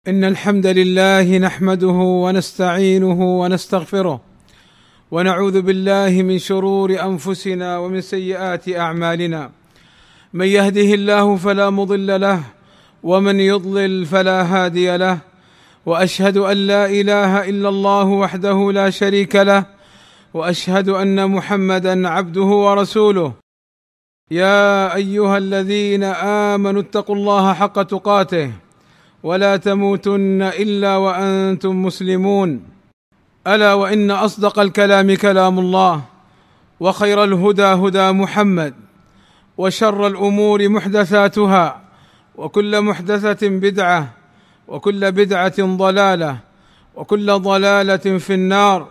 إن الحمد لله نحمده ونستعينه ونستغفره ونعوذ بالله من شرور أنفسنا ومن سيئات أعمالنا. من يهده الله فلا مضل له ومن يضلل فلا هادي له، وأشهد أن لا إله إلا الله وحده لا شريك له، وأشهد أن محمدا عبده ورسوله. يا أيها الذين آمنوا اتقوا الله حق تقاته ولا تموتن إلا وأنتم مسلمون. ألا وإن أصدق الكلام كلام الله، وخير الهدى هدى محمد، وشر الأمور محدثاتها، وكل محدثة بدعة، وكل بدعة ضلالة، وكل ضلالة في النار.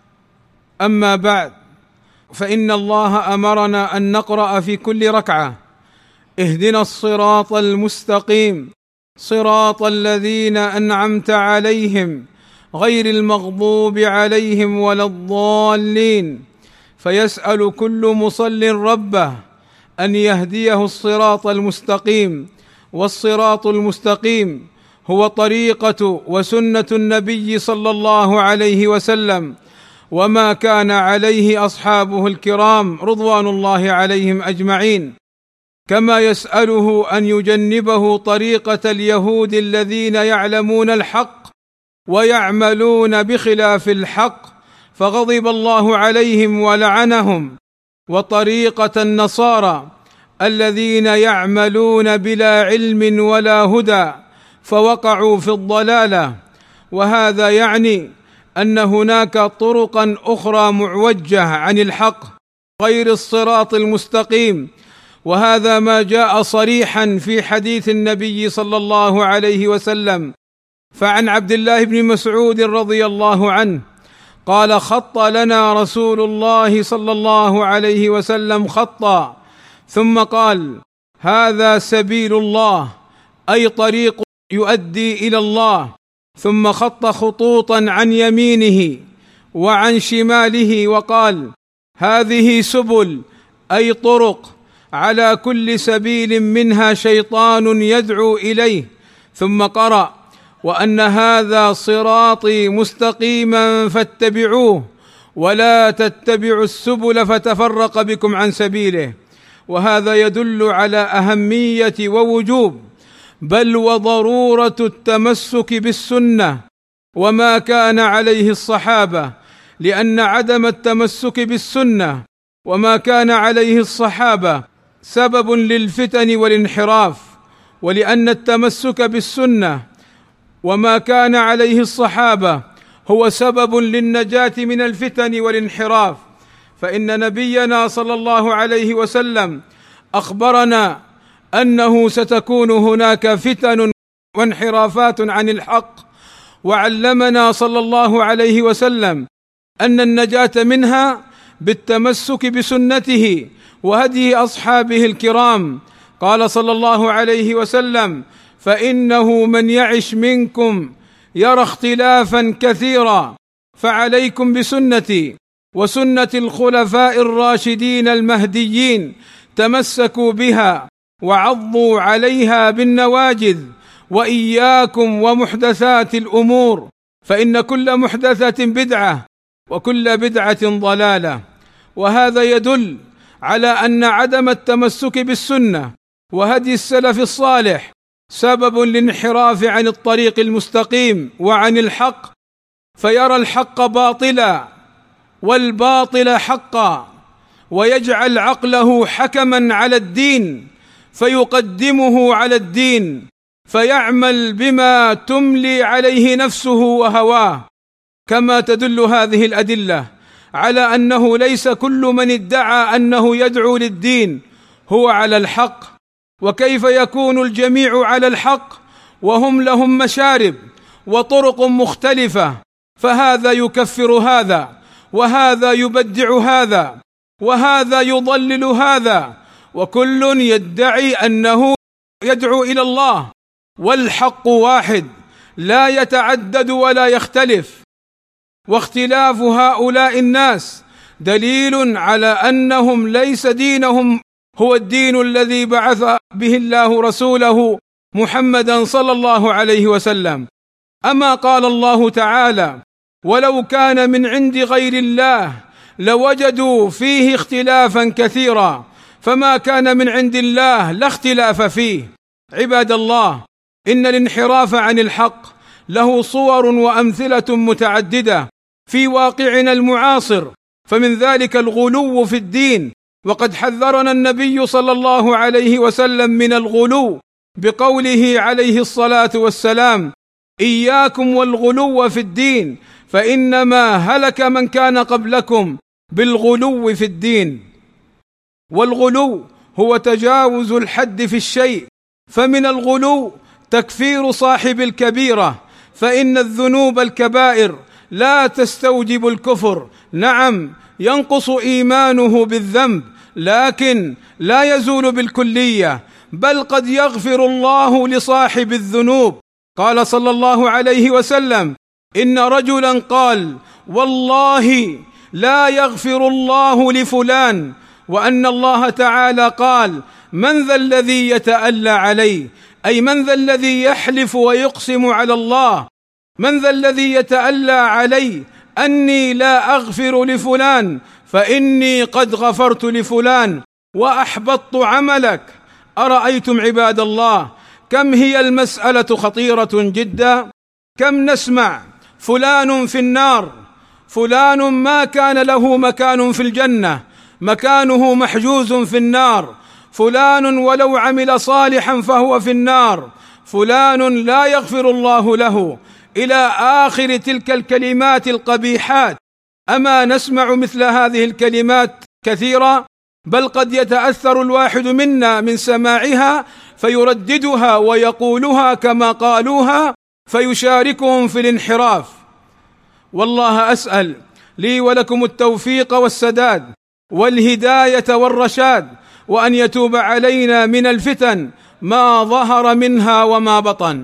أما بعد، فإن الله أمرنا أن نقرأ في كل ركعة: اهدنا الصراط المستقيم صراط الذين أنعمت عليهم غير المغضوب عليهم ولا الضالين. فيسأل كل مصل ربه أن يهديه الصراط المستقيم، والصراط المستقيم هو طريقة وسنة النبي صلى الله عليه وسلم، وما كان عليه أصحابه الكرام رضوان الله عليهم أجمعين. كما يسأله أن يجنبه طريقة اليهود الذين يعلمون الحق ويعملون بخلاف الحق فغضب الله عليهم ولعنهم، وطريقة النصارى الذين يعملون بلا علم ولا هدى فوقعوا في الضلالة. وهذا يعني أن هناك طرقا أخرى معوجة عن الحق غير الصراط المستقيم، وهذا ما جاء صريحا في حديث النبي صلى الله عليه وسلم. فعن عبد الله بن مسعود رضي الله عنه قال: خط لنا رسول الله صلى الله عليه وسلم خطا، ثم قال: هذا سبيل الله، أي طريق يؤدي إلى الله. ثم خط خطوطا عن يمينه وعن شماله وقال: هذه سبل، أي طرق، على كل سبيل منها شيطان يدعو إليه. ثم قرأ: وأن هذا صراطي مستقيما فاتبعوه ولا تتبعوا السبل فتفرق بكم عن سبيله. وهذا يدل على أهمية ووجوب بل وضرورة التمسك بالسنة وما كان عليه الصحابة، لأن عدم التمسك بالسنة وما كان عليه الصحابة سبب للفتن والانحراف، ولأن التمسك بالسنة وما كان عليه الصحابة هو سبب للنجاة من الفتن والانحراف. فإن نبينا صلى الله عليه وسلم أخبرنا أنه ستكون هناك فتن وانحرافات عن الحق، وعلمنا صلى الله عليه وسلم أن النجاة منها بالتمسك بسنته وهدي أصحابه الكرام. قال صلى الله عليه وسلم: فإنه من يعش منكم يرى اختلافا كثيرا فعليكم بسنتي وسنة الخلفاء الراشدين المهديين، تمسكوا بها وعضوا عليها بالنواجذ، وإياكم ومحدثات الأمور، فإن كل محدثة بدعة وكل بدعة ضلالة. وهذا يدل على أن عدم التمسك بالسنة وهدي السلف الصالح سبب للانحراف عن الطريق المستقيم وعن الحق، فيرى الحق باطلا والباطل حقا، ويجعل عقله حكما على الدين فيقدمه على الدين، فيعمل بما تملي عليه نفسه وهواه. كما تدل هذه الأدلة على أنه ليس كل من ادعى أنه يدعو للدين هو على الحق. وكيف يكون الجميع على الحق وهم لهم مشارب وطرق مختلفة؟ فهذا يكفر هذا، وهذا يبدع هذا، وهذا يضلل هذا، وكل يدعي أنه يدعو إلى الله، والحق واحد لا يتعدد ولا يختلف. واختلاف هؤلاء الناس دليل على أنهم ليس دينهم هو الدين الذي بعث به الله رسوله محمدا صلى الله عليه وسلم، أما قال الله تعالى: ولو كان من عند غير الله لوجدوا فيه اختلافا كثيرا، فما كان من عند الله لا اختلاف فيه. عباد الله، إن الانحراف عن الحق له صور وأمثلة متعددة في واقعنا المعاصر، فمن ذلك الغلو في الدين، وقد حذرنا النبي صلى الله عليه وسلم من الغلو بقوله عليه الصلاة والسلام: إياكم والغلو في الدين فإنما هلك من كان قبلكم بالغلو في الدين. والغلو هو تجاوز الحد في الشيء، فمن الغلو تكفير صاحب الكبيرة، فإن الذنوب الكبائر لا تستوجب الكفر. نعم، ينقص إيمانه بالذنب، لكن لا يزول بالكلية، بل قد يغفر الله لصاحب الذنوب. قال صلى الله عليه وسلم: إن رجلا قال: والله لا يغفر الله لفلان، وأن الله تعالى قال: من ذا الذي يتألى علي، أي من ذا الذي يحلف ويقسم على الله، من ذا الذي يتألى علي أني لا أغفر لفلان فإني قد غفرت لفلان وأحبطت عملك. أرأيتم عباد الله كم هي المسألة خطيرة جدا؟ كم نسمع فلان في النار، فلان ما كان له مكان في الجنة، مكانه محجوز في النار، فلان ولو عمل صالحا فهو في النار، فلان لا يغفر الله له، إلى آخر تلك الكلمات القبيحات. أما نسمع مثل هذه الكلمات كثيرة؟ بل قد يتأثر الواحد منا من سماعها فيرددها ويقولها كما قالوها، فيشاركهم في الانحراف. والله أسأل لي ولكم التوفيق والسداد والهداية والرشاد، وأن يتوب علينا من الفتن ما ظهر منها وما بطن.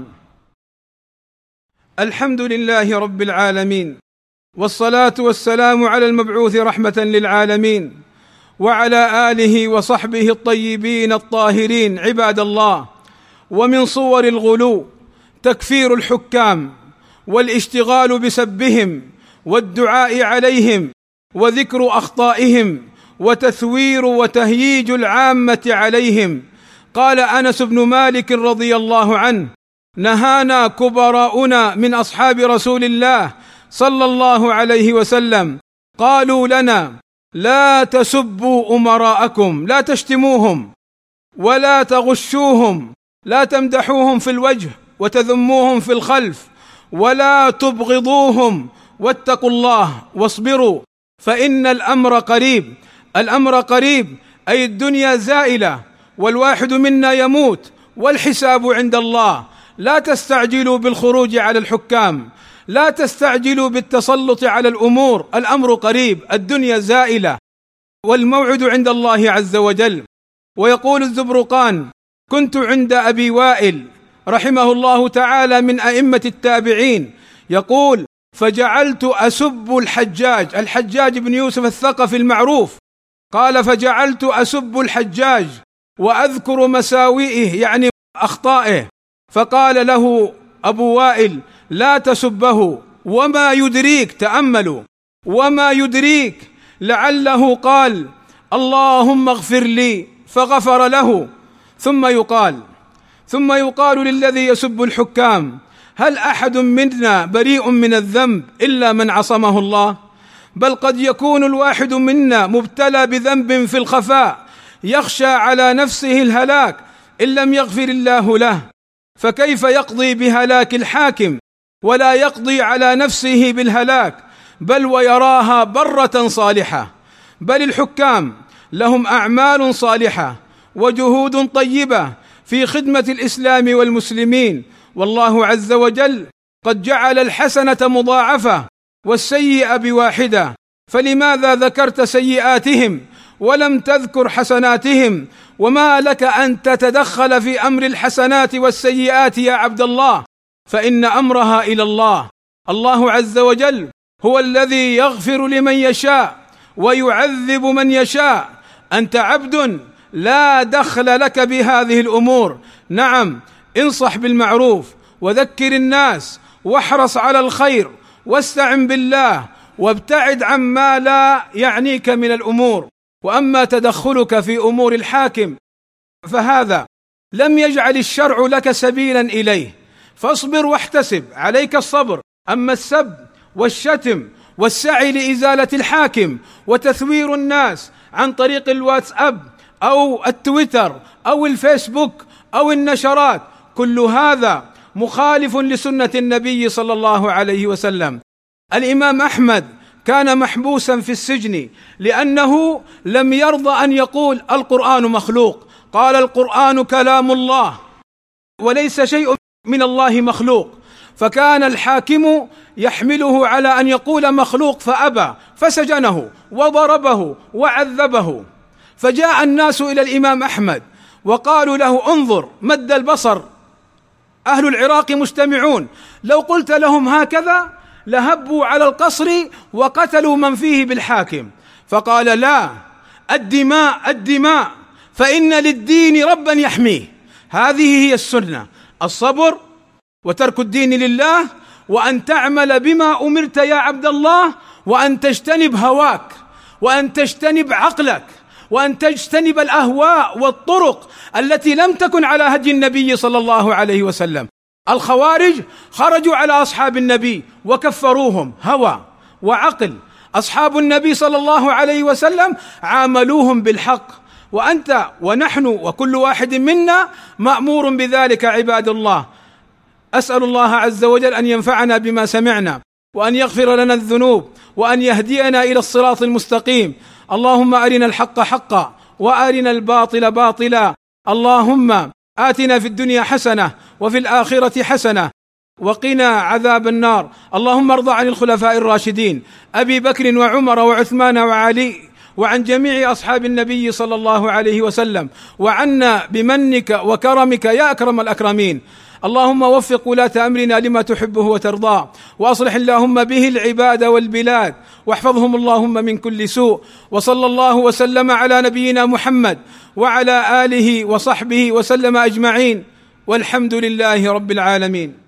الحمد لله رب العالمين، والصلاة والسلام على المبعوث رحمة للعالمين، وعلى آله وصحبه الطيبين الطاهرين. عباد الله، ومن صور الغلو تكفير الحكام والاشتغال بسبهم والدعاء عليهم وذكر أخطائهم وتثوير وتهييج العامة عليهم. قال أنس بن مالك رضي الله عنه: نهانا كبراؤنا من أصحاب رسول الله صلى الله عليه وسلم، قالوا لنا: لا تسبوا أمراءكم، لا تشتموهم ولا تغشوهم، لا تمدحوهم في الوجه وتذموهم في الخلف، ولا تبغضوهم، واتقوا الله واصبروا فإن الأمر قريب. الأمر قريب أي الدنيا زائلة، والواحد منا يموت والحساب عند الله. لا تستعجلوا بالخروج على الحكام، لا تستعجلوا بالتسلط على الأمور، الأمر قريب، الدنيا زائلة والموعد عند الله عز وجل. ويقول الزبرقان: كنت عند أبي وائل رحمه الله تعالى من أئمة التابعين، يقول: فجعلت أسب الحجاج بن يوسف الثقفي المعروف، قال: فجعلت أسب الحجاج وأذكر مساوئه يعني أخطائه، فقال له أبو وائل: لا تسبه، وما يدريك، تأملوا، وما يدريك لعله قال اللهم اغفر لي فغفر له. ثم يقال للذي يسب الحكام: هل أحد منا بريء من الذنب إلا من عصمه الله؟ بل قد يكون الواحد منا مبتلى بذنب في الخفاء يخشى على نفسه الهلاك إن لم يغفر الله له، فكيف يقضي بهلاك الحاكم ولا يقضي على نفسه بالهلاك، بل ويراها برة صالحة؟ بل الحكام لهم أعمال صالحة وجهود طيبة في خدمة الإسلام والمسلمين، والله عز وجل قد جعل الحسنة مضاعفة والسيئة بواحدة، فلماذا ذكرت سيئاتهم ولم تذكر حسناتهم؟ وما لك أن تتدخل في أمر الحسنات والسيئات يا عبد الله؟ فإن أمرها إلى الله. الله عز وجل هو الذي يغفر لمن يشاء ويعذب من يشاء. أنت عبد لا دخل لك بهذه الأمور. نعم، انصح بالمعروف وذكر الناس واحرص على الخير واستعن بالله وابتعد عما لا يعنيك من الأمور. وأما تدخلك في أمور الحاكم فهذا لم يجعل الشرع لك سبيلا إليه، فاصبر واحتسب، عليك الصبر. أما السب والشتم والسعي لإزالة الحاكم وتثوير الناس عن طريق الواتساب أو التويتر أو الفيسبوك أو النشرات، كل هذا مخالف لسنة النبي صلى الله عليه وسلم. الإمام أحمد كان محبوسا في السجن لأنه لم يرضى أن يقول القرآن مخلوق، قال القرآن كلام الله وليس شيء من الله مخلوق، فكان الحاكم يحمله على أن يقول مخلوق فأبى، فسجنه وضربه وعذبه. فجاء الناس إلى الإمام أحمد وقالوا له انظر مد البصر، أهل العراق مجتمعون، لو قلت لهم هكذا لهبوا على القصر وقتلوا من فيه بالحاكم. فقال لا، الدماء الدماء، فإن للدين ربا يحميه. هذه هي السنة، الصبر وترك الدين لله، وأن تعمل بما أمرت يا عبد الله، وأن تجتنب هواك، وأن تجتنب عقلك، وأن تجتنب الأهواء والطرق التي لم تكن على هدي النبي صلى الله عليه وسلم. الخوارج خرجوا على أصحاب النبي وكفروهم هوى وعقل، أصحاب النبي صلى الله عليه وسلم عاملوهم بالحق، وأنت ونحن وكل واحد منا مأمور بذلك عباد الله. أسأل الله عز وجل أن ينفعنا بما سمعنا، وأن يغفر لنا الذنوب، وأن يهدينا إلى الصراط المستقيم. اللهم أرنا الحق حقا وأرنا الباطل باطلا. اللهم آتنا في الدنيا حسنة وفي الآخرة حسنة وقنا عذاب النار. اللهم ارض عن الخلفاء الراشدين أبي بكر وعمر وعثمان وعلي، وعن جميع أصحاب النبي صلى الله عليه وسلم، وعنا بمنك وكرمك يا أكرم الأكرمين. اللهم وفق ولاة أمرنا لما تحبه وترضاه، وأصلح اللهم به العباد والبلاد، واحفظهم اللهم من كل سوء. وصلى الله وسلم على نبينا محمد وعلى آله وصحبه وسلم أجمعين، والحمد لله رب العالمين.